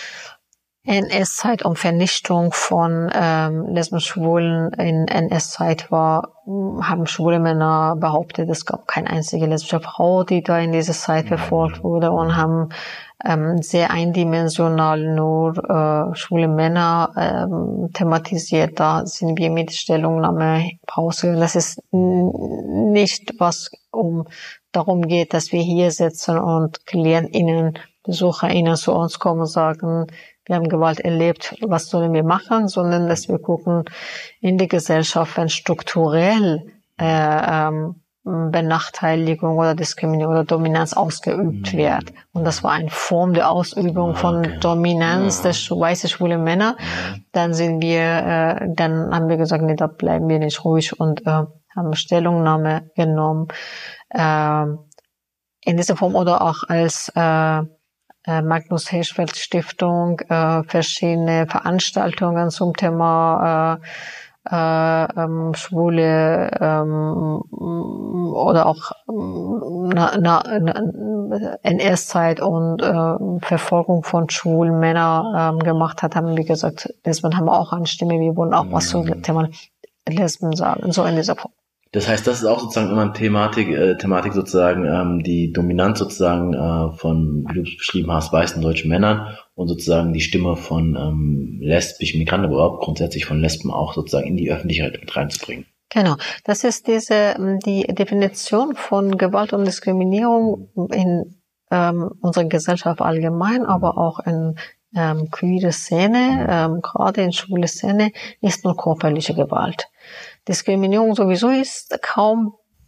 N S-Zeit und Vernichtung von ähm, lesbischen Schwulen in N S-Zeit war, haben schwule Männer behauptet, es gab keine einzige lesbische Frau, die da in dieser Zeit verfolgt wurde und haben ähm, sehr eindimensional nur äh, schwule Männer ähm, thematisiert. Da sind wir mit Stellungnahme rausgegangen. Das ist nicht, was um darum geht, dass wir hier sitzen und KlientInnen, BesucherInnen zu uns kommen und sagen, wir haben Gewalt erlebt, was sollen wir machen, sondern dass wir gucken in die Gesellschaft, wenn strukturell äh, ähm, Benachteiligung oder Diskriminierung oder Dominanz ausgeübt wird. Und das war eine Form der Ausübung von okay. Dominanz ja. der weißen schwulen Männer. Dann sind wir, äh, dann haben wir gesagt, nee, da bleiben wir nicht ruhig und äh, haben Stellungnahme genommen. Äh, in dieser Form oder auch als äh, Magnus Hirschfeld Stiftung äh, verschiedene Veranstaltungen zum Thema äh, äh, ähm, Schwule ähm, oder auch na, na, na, N S-Zeit und äh, Verfolgung von schwulen Männern ähm, gemacht hat, haben wir gesagt, Lesben haben auch eine Stimme, wir wollen auch mhm. was zum Thema Lesben sagen, so in dieser Form. Das heißt, das ist auch sozusagen immer eine Thematik, äh, Thematik sozusagen, ähm, die Dominanz sozusagen äh, von, wie du es beschrieben hast, weißen deutschen Männern und sozusagen die Stimme von ähm, lesbischen Migranten, aber überhaupt grundsätzlich von Lesben auch sozusagen in die Öffentlichkeit mit reinzubringen. Genau, das ist diese die Definition von Gewalt und Diskriminierung in ähm, unserer Gesellschaft allgemein, aber auch in ähm, queere Szene, ähm, gerade in schwule Szene, ist nur körperliche Gewalt. Diskriminierung sowieso ist kaum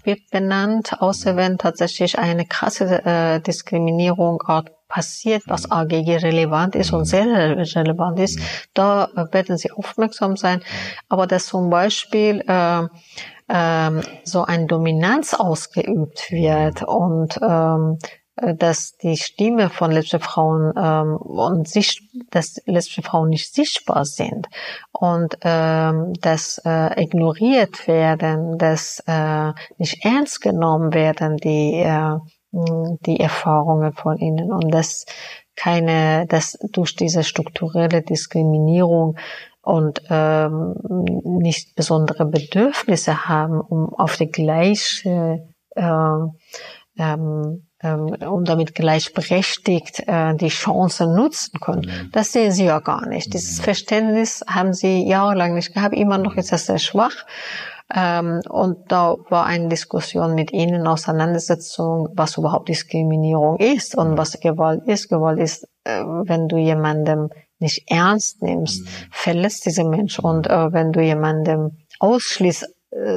wird benannt, außer wenn tatsächlich eine krasse äh, Diskriminierung passiert, was A G G relevant ist und sehr relevant ist, da werden sie aufmerksam sein. Aber dass zum Beispiel äh, ähm, so eine Dominanz ausgeübt wird und ähm, dass die Stimme von lesbischen Frauen ähm, und sich, dass lesbische Frauen nicht sichtbar sind und ähm, dass äh, ignoriert werden, dass äh, nicht ernst genommen werden die äh, die Erfahrungen von ihnen und dass keine, dass durch diese strukturelle Diskriminierung und ähm, nicht besondere Bedürfnisse haben, um auf die gleiche äh, ähm, und damit gleichberechtigt äh, die Chancen nutzen können. Das sehen sie ja gar nicht. Dieses Verständnis haben sie jahrelang nicht gehabt. Immer noch ist das sehr schwach. Ähm, und da war eine Diskussion mit ihnen, Auseinandersetzung, was überhaupt Diskriminierung ist und was Gewalt ist. Gewalt ist, äh, wenn du jemandem nicht ernst nimmst, verlässt diese Mensch. Und äh, wenn du jemandem ausschließt,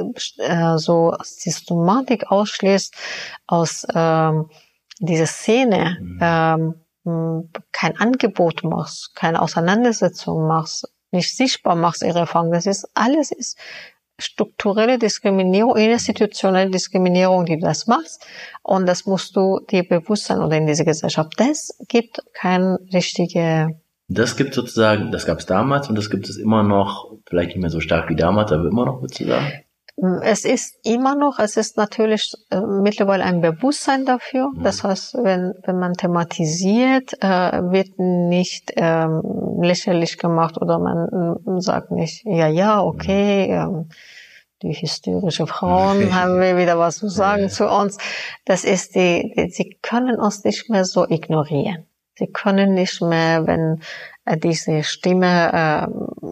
so Systematik ausschließt aus ähm, dieser Szene, ähm, kein Angebot machst, keine Auseinandersetzung machst, nicht sichtbar machst ihre Erfahrung. Das ist alles ist strukturelle Diskriminierung, institutionelle Diskriminierung, die du das machst. Und das musst du dir bewusst sein oder in dieser Gesellschaft. Das gibt keine richtige. Das gibt sozusagen, das gab es damals und das gibt es immer noch, vielleicht nicht mehr so stark wie damals, aber immer noch, würdest du sagen? Es ist immer noch, es ist natürlich äh, mittlerweile ein Bewusstsein dafür. Mhm. Das heißt, wenn wenn man thematisiert, äh, wird nicht ähm, lächerlich gemacht oder man äh, sagt nicht, ja, ja, okay, ähm, die hysterische Frauen haben wir wieder was zu sagen ja. zu uns. Das ist die, die, sie können uns nicht mehr so ignorieren. Sie können nicht mehr, wenn äh, diese Stimme äh,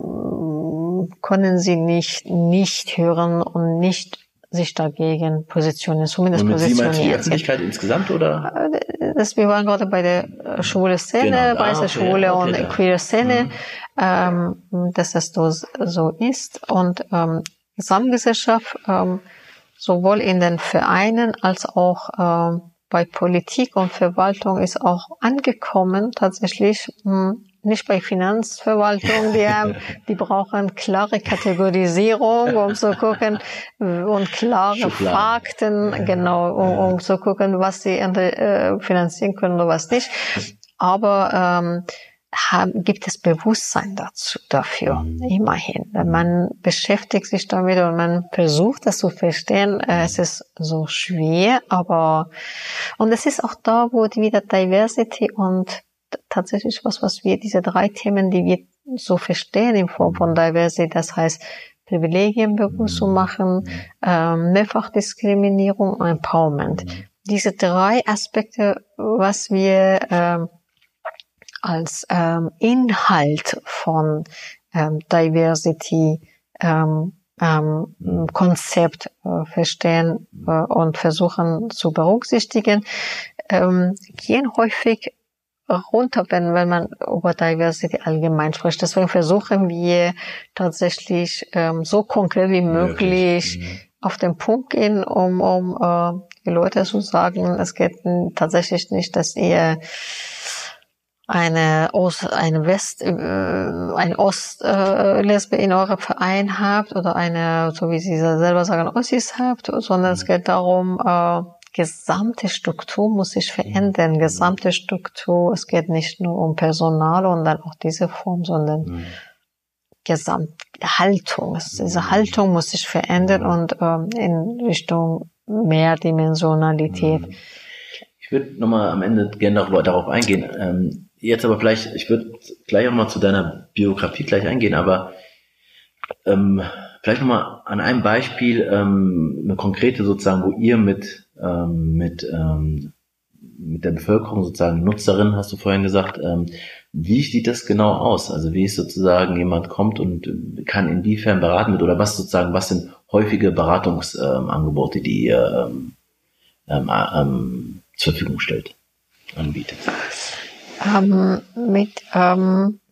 können sie nicht nicht hören und nicht sich dagegen positionieren, zumindest und mit positionieren. Sie meinst du die Öffentlichkeit insgesamt, oder? Das, wir waren gerade bei der schwule Szene, genau. weiße ah, okay, Schwule okay, und ja. queere Szene, mhm. ähm, dass das so, so ist und ähm, Gesamtgesellschaft ähm, sowohl in den Vereinen als auch ähm, bei Politik und Verwaltung ist auch angekommen tatsächlich. Mh, Nicht bei Finanzverwaltung, die haben, die brauchen klare Kategorisierung, um zu gucken, und klare Schubladen. Fakten, genau, um, um zu gucken, was sie äh, finanzieren können oder was nicht. Aber ähm, haben, gibt es Bewusstsein dazu, dafür, immerhin. Man beschäftigt sich damit und man versucht, das zu verstehen. Es ist so schwer, aber, und es ist auch da, wo wieder Diversity und tatsächlich was, was wir, diese drei Themen, die wir so verstehen in Form von Diversity, das heißt, Privilegien bewusst zu machen, ähm, Mehrfachdiskriminierung und Empowerment. Diese drei Aspekte, was wir ähm, als ähm, Inhalt von ähm, Diversity ähm, ähm, Konzept äh, verstehen äh, und versuchen zu berücksichtigen, ähm, gehen häufig runter, wenn, wenn man über Diversity allgemein spricht. Deswegen versuchen wir tatsächlich ähm, so konkret wie möglich mhm. auf den Punkt gehen, um, um äh, die Leute zu sagen, es geht tatsächlich nicht, dass ihr eine Ost, eine West, äh, eine Ost-Lesbe äh, in eurem Verein habt oder eine, so wie sie selber sagen, Ossis habt, sondern es geht darum, äh, gesamte Struktur muss sich verändern, gesamte Struktur, es geht nicht nur um Personal und dann auch diese Form, sondern mhm. Gesamthaltung. Diese Haltung muss sich verändern mhm. und ähm, in Richtung Mehrdimensionalität. Ich würde nochmal am Ende gerne darauf, darauf eingehen. Ähm, jetzt aber vielleicht, ich würde gleich auch mal zu deiner Biografie gleich eingehen, aber ähm, vielleicht nochmal an einem Beispiel, ähm, eine konkrete sozusagen, wo ihr mit ähm, mit ähm, mit der Bevölkerung sozusagen Nutzerin, hast du vorhin gesagt, ähm, wie sieht das genau aus? Also wie ist sozusagen jemand kommt und kann inwiefern beraten wird oder was sozusagen, was sind häufige Beratungsangebote, ähm, die ihr ähm, ähm, ähm, zur Verfügung stellt, anbietet? Ähm, mit ähm,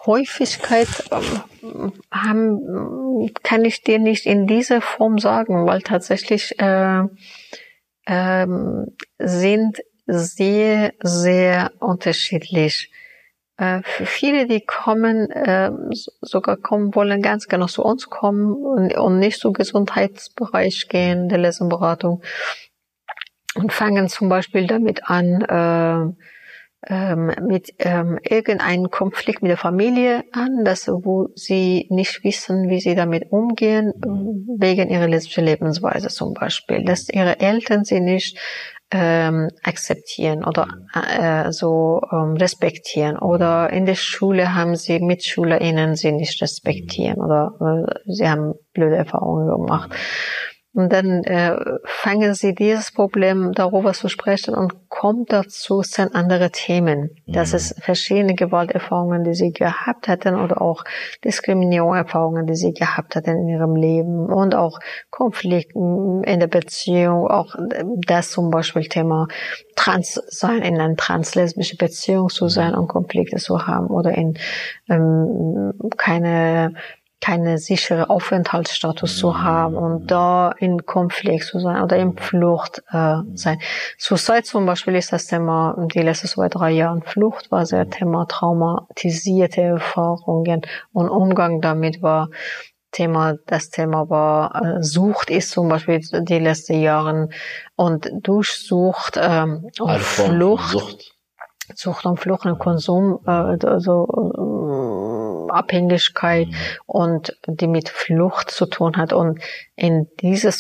Häufigkeit ähm, haben, kann ich dir nicht in dieser Form sagen, weil tatsächlich äh, ähm, sind sehr, sehr unterschiedlich. Äh, für viele, die kommen, äh, sogar kommen wollen, ganz genau zu uns kommen und, und nicht zum Gesundheitsbereich gehen, der Lesenberatung, und fangen zum Beispiel damit an, äh, ähm, mit ähm, irgendeinem Konflikt mit der Familie an, dass, wo sie nicht wissen, wie sie damit umgehen, wegen ihrer lesbischen Lebensweise zum Beispiel, dass ihre Eltern sie nicht ähm, akzeptieren oder äh, so ähm, respektieren, oder in der Schule haben sie MitschülerInnen sie nicht respektieren oder äh, sie haben blöde Erfahrungen gemacht. Und dann äh, fangen sie dieses Problem darüber zu sprechen und kommt dazu, es sind andere Themen. Das mhm. ist verschiedene Gewalterfahrungen, die sie gehabt hatten, oder auch Diskriminierungserfahrungen, die sie gehabt hatten in ihrem Leben, und auch Konflikten in der Beziehung, auch das zum Beispiel Thema Trans sein, in einer translesbischen Beziehung zu sein und Konflikte zu haben, oder in ähm, keine keine sichere Aufenthaltsstatus zu haben und da in Konflikt zu sein oder in Flucht äh, sein. Zurzeit zum Beispiel ist das Thema, die letzten zwei, drei Jahre Flucht war sehr Thema, traumatisierte Erfahrungen und Umgang damit war Thema, das Thema war äh, Sucht ist zum Beispiel die letzten Jahre, und durch Sucht ähm, und also Flucht, Sucht. Sucht und Flucht und Konsum, äh, also äh, Abhängigkeit mhm. und die mit Flucht zu tun hat, und in dieses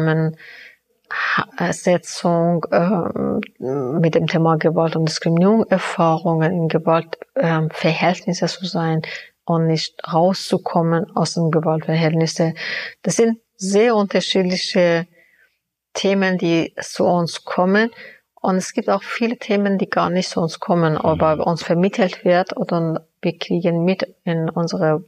Zusammensetzung äh, mit dem Thema Gewalt und Diskriminierung, Erfahrungen in Gewaltverhältnisse äh, zu sein und nicht rauszukommen aus den Gewaltverhältnissen. Das sind sehr unterschiedliche Themen, die zu uns kommen. Und es gibt auch viele Themen, die gar nicht zu uns kommen, aber bei uns vermittelt wird, oder wir kriegen mit in unsere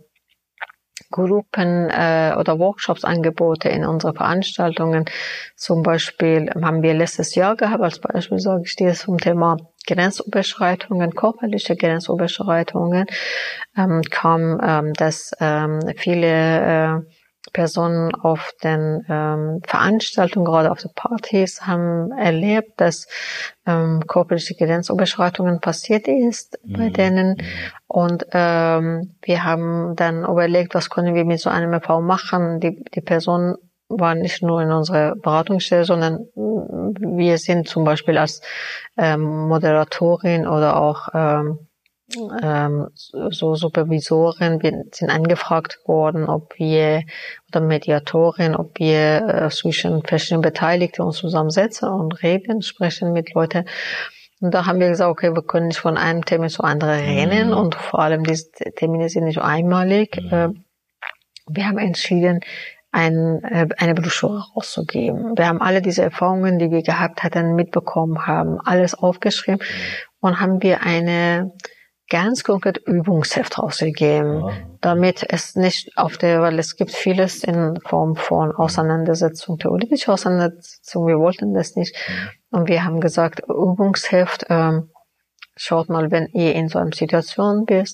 Gruppen äh, oder Workshops, Angebote in unsere Veranstaltungen. Zum Beispiel haben wir letztes Jahr gehabt, als Beispiel sage ich dir, zum Thema Grenzüberschreitungen, körperliche Grenzüberschreitungen, ähm, kam, ähm, dass ähm, viele äh, Personen auf den ähm, Veranstaltungen, gerade auf den Partys, haben erlebt, dass ähm, körperliche Grenzüberschreitungen passiert ist mhm. bei denen. Und ähm, wir haben dann überlegt, was können wir mit so einem Erfahrung machen. Die, die Person war nicht nur in unserer Beratungsstelle, sondern wir sind zum Beispiel als ähm, Moderatorin oder auch ähm, Ähm, so Supervisoren, wir sind angefragt worden, ob wir, oder Mediatorin, ob wir äh, zwischen verschiedenen Beteiligten uns zusammensetzen und reden, sprechen mit Leuten. Und da haben wir gesagt, okay, wir können nicht von einem Termin zu anderen rennen, mhm. und vor allem diese Termine sind nicht einmalig. Mhm. Äh, wir haben entschieden, ein, äh, eine Broschüre rauszugeben. Wir haben alle diese Erfahrungen, die wir gehabt hatten, mitbekommen haben, alles aufgeschrieben, mhm. und haben wir eine ganz konkret Übungsheft rausgegeben, ja. damit es nicht auf der, weil es gibt vieles in Form von Auseinandersetzung, theoretische Auseinandersetzung, wir wollten das nicht. Und wir haben gesagt, Übungsheft, ähm, schaut mal, wenn ihr in so einer Situation bist,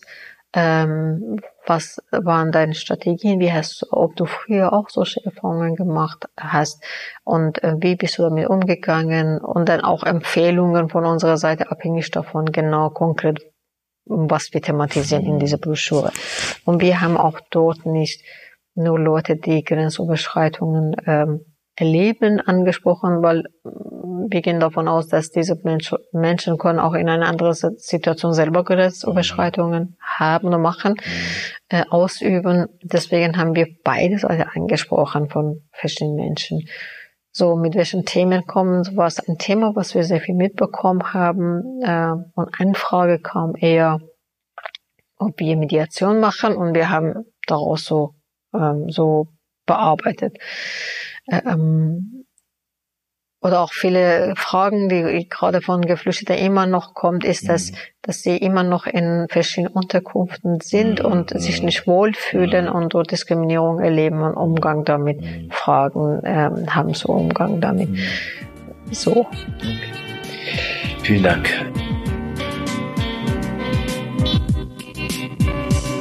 ähm, was waren deine Strategien, wie hast du, ob du früher auch solche Erfahrungen gemacht hast, und äh, wie bist du damit umgegangen, und dann auch Empfehlungen von unserer Seite, abhängig davon, genau, konkret, was wir thematisieren in dieser Broschüre. Und wir haben auch dort nicht nur Leute, die Grenzüberschreitungen ähm, erleben, angesprochen, weil wir gehen davon aus, dass diese Menschen, Menschen können auch in einer anderen Situation selber Grenzüberschreitungen haben oder machen, äh, ausüben. Deswegen haben wir beides also angesprochen von verschiedenen Menschen. So, mit welchen Themen kommen, so war es ein Thema, was wir sehr viel mitbekommen haben, äh, und Anfrage kam eher, ob wir Mediation machen, und wir haben daraus so, ähm, so bearbeitet. Äh, ähm, oder auch viele Fragen, die gerade von Geflüchteten immer noch kommt, ist, dass, dass sie immer noch in verschiedenen Unterkünften sind und sich nicht wohlfühlen und dort Diskriminierung erleben und Umgang damit, Fragen ähm, haben so Umgang damit. So. Okay. Vielen Dank.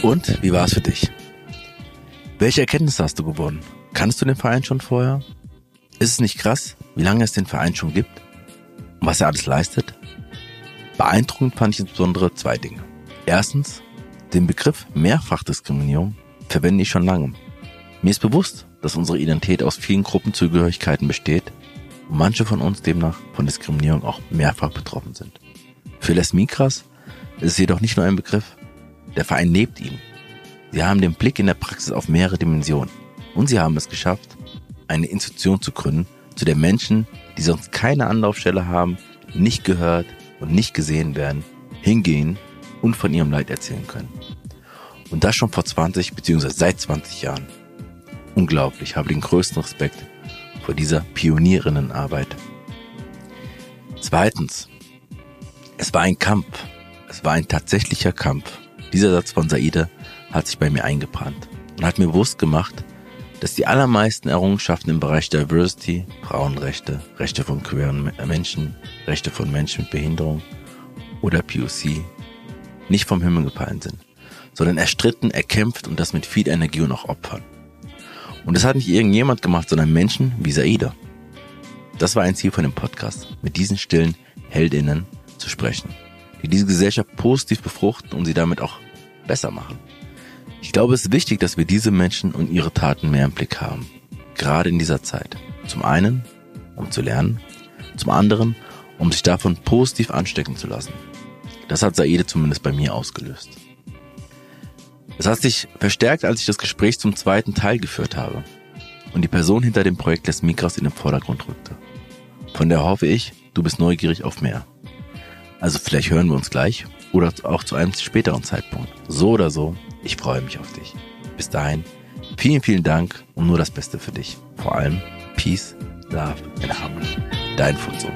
Und wie war es für dich? Welche Erkenntnisse hast du gewonnen? Kannst du den Verein schon vorher? Ist es nicht krass, wie lange es den Verein schon gibt und was er alles leistet? Beeindruckend fand ich insbesondere zwei Dinge. Erstens, den Begriff Mehrfachdiskriminierung verwende ich schon lange. Mir ist bewusst, dass unsere Identität aus vielen Gruppenzugehörigkeiten besteht und manche von uns demnach von Diskriminierung auch mehrfach betroffen sind. Für Les Migras ist es jedoch nicht nur ein Begriff, der Verein lebt ihn. Sie haben den Blick in der Praxis auf mehrere Dimensionen und sie haben es geschafft, eine Institution zu gründen, zu der Menschen, die sonst keine Anlaufstelle haben, nicht gehört und nicht gesehen werden, hingehen und von ihrem Leid erzählen können. Und das schon vor zwanzig bzw. seit zwanzig Jahren. Unglaublich, ich habe den größten Respekt vor dieser Pionierinnenarbeit. Zweitens, es war ein Kampf. Es war ein tatsächlicher Kampf. Dieser Satz von Saide hat sich bei mir eingebrannt und hat mir bewusst gemacht, dass die allermeisten Errungenschaften im Bereich Diversity, Frauenrechte, Rechte von queeren Menschen, Rechte von Menschen mit Behinderung oder P O C nicht vom Himmel gefallen sind, sondern erstritten, erkämpft und das mit viel Energie und auch Opfern. Und das hat nicht irgendjemand gemacht, sondern Menschen wie Saide. Das war ein Ziel von dem Podcast, mit diesen stillen Heldinnen zu sprechen, die diese Gesellschaft positiv befruchten und sie damit auch besser machen. Ich glaube, es ist wichtig, dass wir diese Menschen und ihre Taten mehr im Blick haben, gerade in dieser Zeit. Zum einen, um zu lernen, zum anderen, um sich davon positiv anstecken zu lassen. Das hat Saide zumindest bei mir ausgelöst. Es hat sich verstärkt, als ich das Gespräch zum zweiten Teil geführt habe und die Person hinter dem Projekt Les Migras in den Vordergrund rückte. Von der hoffe ich, du bist neugierig auf mehr. Also vielleicht hören wir uns gleich oder auch zu einem späteren Zeitpunkt. So oder so, ich freue mich auf dich. Bis dahin, vielen, vielen Dank und nur das Beste für dich. Vor allem Peace, Love and Harmony. Dein Funzo.